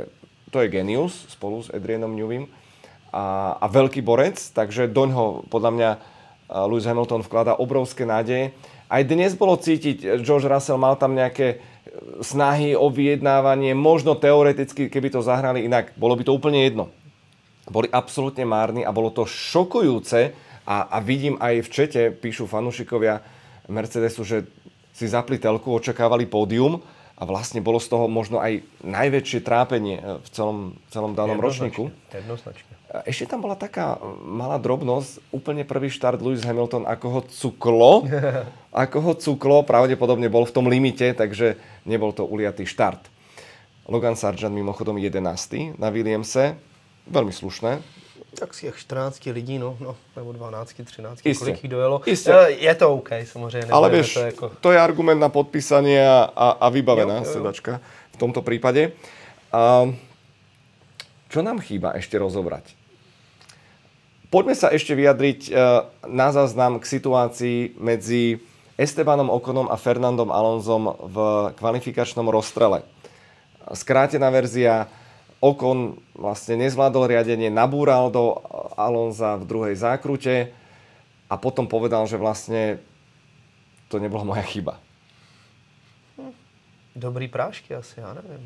to je genius spolu s Adrianom Newym a, a veľký borec, takže doňho podľa mňa Lewis Hamilton vkladá obrovské nádeje. Aj dnes bolo cítiť, George Russell mal tam nejaké snahy o vyjednávanie, možno teoreticky, keby to zahrali inak, bolo by to úplne jedno. Boli absolútne márni a bolo to šokujúce a, a vidím aj v čete, píšu fanúšikovia Mercedesu, že si zapli telku, očakávali pódium a vlastne bolo z toho možno aj najväčšie trápenie v celom, celom danom ročníku. Jednoznačne. Ešte tam bola taká malá drobnosť, úplne prvý štart Lewis Hamilton, ako ho cuklo, ako ho cuklo, pravdepodobne bol v tom limite, takže nebol to uliatý štart. Logan Sargent mimochodom jedenásty na Williamse, veľmi slušné. Tak z těch čtrnáct lidí, no, no nebo dvanáct, třináct, Iste. kolik jich dojelo. Iste. Je to OK, samozřejmě. Ale vieš, to, jako... to je argument na podpísanie a, a, a vybavená jo, jo, jo. sedačka v tomto prípade. A čo nám chýba ešte rozobrať? Poďme sa ešte vyjadriť na záznam k situácii medzi Estebanom Oconom a Fernandom Alonsom v kvalifikačnom rozstrele. Skrátená verzia, Ocon vlastne nezvládol riadenie, nabúral do Alonsa v druhej zákrute a potom povedal, že vlastne to nebola moja chyba. Dobrý prášky asi, já nevím.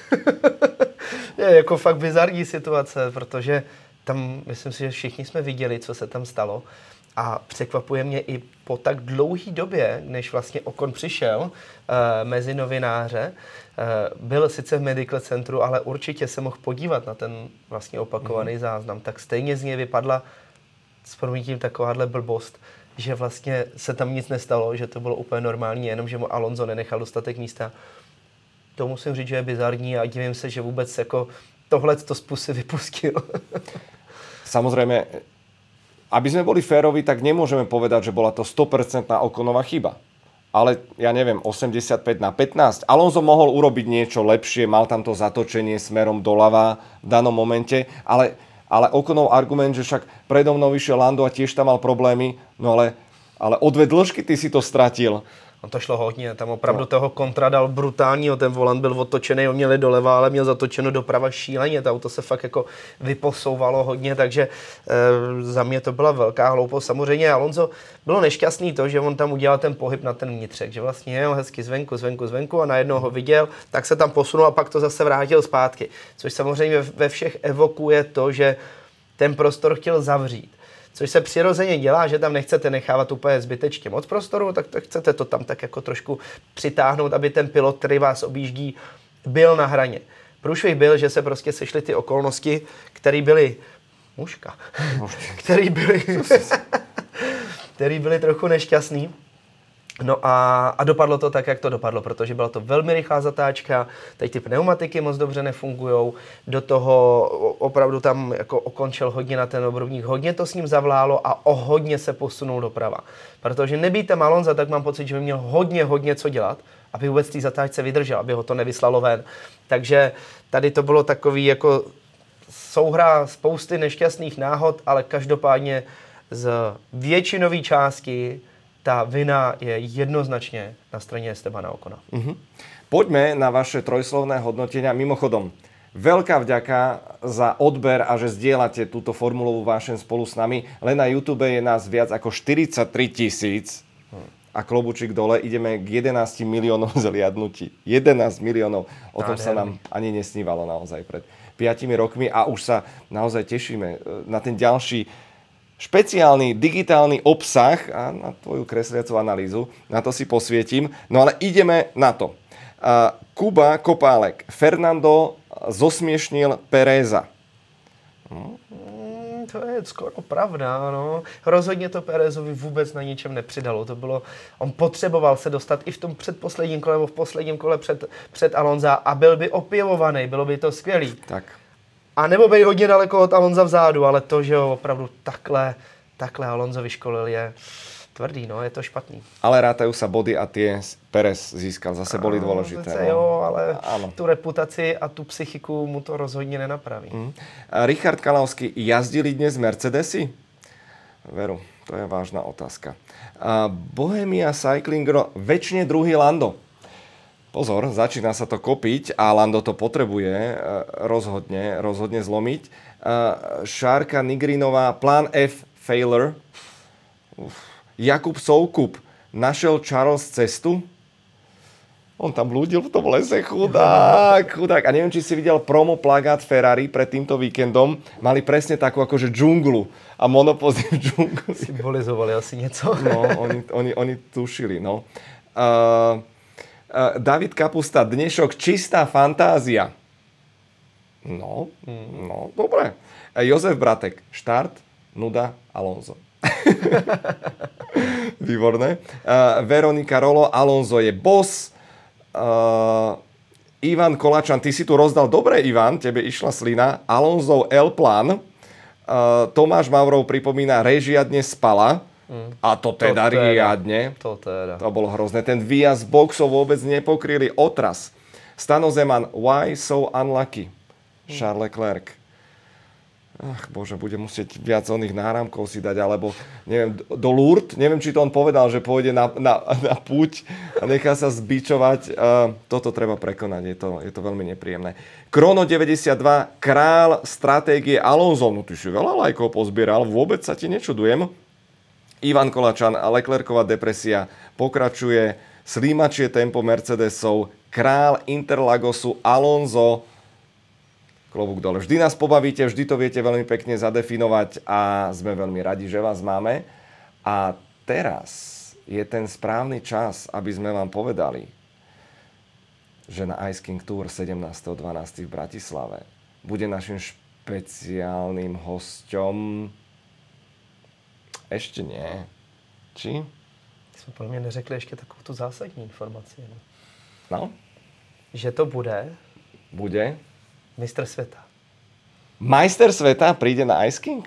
Je jako fakt bizarní situace, protože tam, myslím si, že všichni jsme viděli, co se tam stalo. A překvapuje mě i po tak dlouhý době, než vlastně Ocon přišel uh, mezi novináře, uh, byl sice v medical centru, ale určitě se mohl podívat na ten vlastně opakovaný mm. záznam, tak stejně z něj vypadla s prominutím takováhle blbost, že vlastně se tam nic nestalo, že to bylo úplně normální, jenom že mu Alonso nenechal dostatek místa. To musím říct, že je bizarní a divím se, že vůbec jako tohle to z pusy vypustil. Samozrejme, aby sme boli férovi, tak nemôžeme povedať, že bola to sto percent Oconová chyba. Ale ja neviem, osemdesiatpäť na pätnásť. Alonso mohol urobiť niečo lepšie, mal tam to zatočenie smerom doľava v danom momente, ale, ale Oconov argument, že však predo mnou vyšiel Lando a tiež tam mal problémy, no ale, ale o dve dĺžky ty si to stratil. On to šlo hodně, tam opravdu no. toho kontra dal brutálního, ten volant byl otočený, on měl doleva, ale měl zatočeno doprava šíleně, to auto se fakt jako vyposouvalo hodně, takže e, za mě to byla velká hloupost. Samozřejmě Alonso bylo nešťastný to, že on tam udělal ten pohyb na ten vnitřek, že vlastně jel hezky zvenku, zvenku, zvenku a najednou ho viděl, tak se tam posunul a pak to zase vrátil zpátky, což samozřejmě ve všech evokuje to, že ten prostor chtěl zavřít. Což se přirozeně dělá, že tam nechcete nechávat úplně zbytečně moc prostoru, tak, tak chcete to tam tak jako trošku přitáhnout, aby ten pilot, který vás objíždí, byl na hraně. Průšvih byl, že se prostě sešly ty okolnosti, které byly... Mužka. které byly... které byly trochu nešťastný. No a, a dopadlo to tak, jak to dopadlo, protože byla to velmi rychlá zatáčka, teď ty pneumatiky moc dobře nefungujou, do toho opravdu tam jako okončil hodně na ten obrubník, hodně to s ním zavlálo a o hodně se posunul doprava. Protože nebýt tam Alonsa, tak mám pocit, že by měl hodně, hodně co dělat, aby vůbec té zatáčce vydržel, aby ho to nevyslalo ven. Takže tady to bylo takový jako souhra spousty nešťastných náhod, ale každopádně z většinové části tá vina je jednoznačne na strane Estebana Ocona. Uh-huh. Poďme na vaše trojslovné hodnotenia. Mimochodom, veľká vďaka za odber a že zdieľate túto formulovú vášeň spolu s nami. Len na YouTube je nás viac ako štyridsaťtri tisíc a klobučík dole. Ideme k jedenásť miliónov zliadnutí. jedenásť miliónov. O tom sa nám ani nesnívalo naozaj pred piatimi rokmi a už sa naozaj tešíme na ten ďalší špeciálny digitálny obsah a na tvoju kresliacu analýzu. Na to si posvietím. No ale ideme na to. Uh, Kuba Kopálek. Fernando zosmiešnil Pereza. Hmm. Mm, to je skoro pravda, no. Rozhodně to Perezovi vůbec na ničem nepřidalo. To bylo, on potřeboval se dostat i v tom předposledním kole, nebo v posledním kole před, před Alonza a byl by opěvovaný, bylo by to skvělý. Tak. A nebo být hodně daleko od Alonza vzadu, ale to, že ho opravdu takhle, takhle Alonso vyškolil, je tvrdý, no, je to špatný. Ale rátajú sa body a tie Perez získal, zase boli no, dôležité. No. Jo, ale áno. Tu reputaci a tu psychiku mu to rozhodně nenapraví. Mm. Richard Kalavský, jazdili dnes Mercedesy? Veru, to je vážna otázka. A Bohemia Cycling, väčšine druhý Lando. Pozor, začína sa to kopiť a Lando to potrebuje rozhodne, rozhodne zlomiť. Šárka Nigrinová, plán F, failure. Uf. Jakub Soukup, našiel Charles cestu? On tam blúdil v tom lese, chudák, chudák. A neviem, či si videl promo plagát Ferrari pred týmto víkendom. Mali presne takú akože džunglu a monopozy v džungli. Symbolizovali asi něco. No, oni, oni, oni tušili, no. Uh, uh, David Kapusta, dnešok čistá fantázia. No, no, dobre. Uh, Jozef Bratek, štart, nuda, Alonso. Výborné. Uh, Veronika Rolo, Alonso je boss. Uh, Ivan Kolačan, ty si tu rozdal dobre, Ivan, tebe išla slina. Alonso L-plán. Uh, Tomáš Mavrov pripomína, režia dnes spala. Mm. A to teda to riadne. To teda. To bolo hrozné. Ten výjazd boxov vôbec nepokryli. Otras. Stano Zeman, why so unlucky? Mm. Charles Leclerc. Ach bože, bude musieť viac oných náramkov si dať, alebo neviem, do Lourdes, neviem, či to on povedal, že pôjde na, na, na púť a nechá sa zbičovať. Uh, toto treba prekonať, je to, je to veľmi nepríjemné. Krono deväťdesiatdva, král stratégie Alonso, no ty si veľa lajkov pozbieral, vôbec sa ti nečudujem. Ivan Kolačan, Leclercová depresia pokračuje, slímačie tempo Mercedesov, král Interlagosu Alonso, klobúk dole. Vždy nás pobavíte, vždy to viete veľmi pekne zadefinovať a sme veľmi radi, že vás máme. A teraz je ten správny čas, aby sme vám povedali, že na Ice King Tour sedemnásteho decembra v Bratislave bude našim špeciálnym hosťom... Ešte nie. Či? Jsme podle mě neřekli ještě takovou tu zásadní informaci. Ne? No? Že to bude... Bude... Mistr světa. Majster sveta príde na Ice King?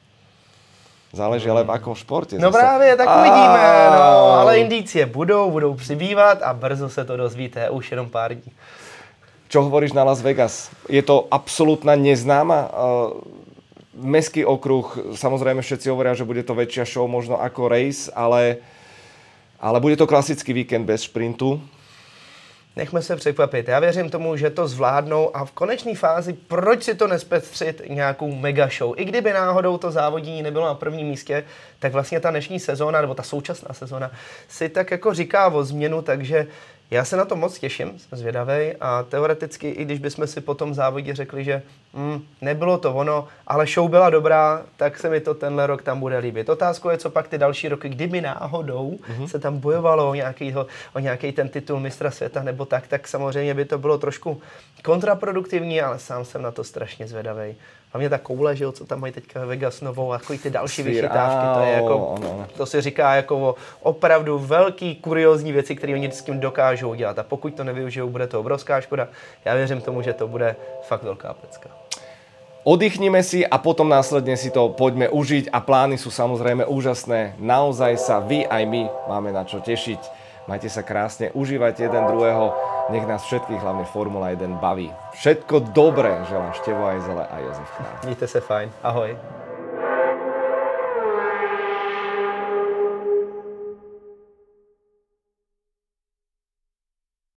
Záleží ale v akom športe. No zase. Právě, tak uvidíme. No, ale indicie budou, budou přibývat a brzo se to dozvíte, už jenom pár dní. Čo hovoríš na Las Vegas? Je to absolútna neznáma? Mestský okruh, samozrejme všetci hovoria, že bude to väčšia show možno ako race, ale, ale bude to klasický víkend bez šprintu. Nechme se překvapit. Já věřím tomu, že to zvládnou a v konečné fázi proč si to nespestřit nějakou mega show. I kdyby náhodou to závodění nebylo na prvním místě, tak vlastně ta dnešní sezóna, nebo ta současná sezóna, si tak jako říká o změnu, takže já se na to moc těším, jsem zvědavej a teoreticky, i když bychom si po tom závodě řekli, že mm, nebylo to ono, ale show byla dobrá, tak se mi to tenhle rok tam bude líbit. Otázkou je, co pak ty další roky, kdyby náhodou mm-hmm. se tam bojovalo o nějaký, o nějaký ten titul mistra světa nebo tak, tak samozřejmě by to bylo trošku kontraproduktivní, ale sám jsem na to strašně zvědavej. Hlavně ta koule, že jo, co tam mají teďka ve Vegas novou, jako i ty další vychytávky, to je jako, to se říká jako opravdu velký kuriózní věci, které oni s tím dokážou udělat. A pokud to nevyužijou, bude to obrovská škoda. Já věřím tomu, že to bude fakt velká pecka. Oddychnime si a potom následne si to poďme užiť a plány sú samozrejme úžasné. Naozaj sa vy aj my máme na čo tešiť. Majte sa krásne, užívajte jeden druhého. Nech nás všetkých, hlavne Formula jeden, baví. Všetko dobré želám Števo Ajzele a Jozef Král. Mějte se fajn. Ahoj.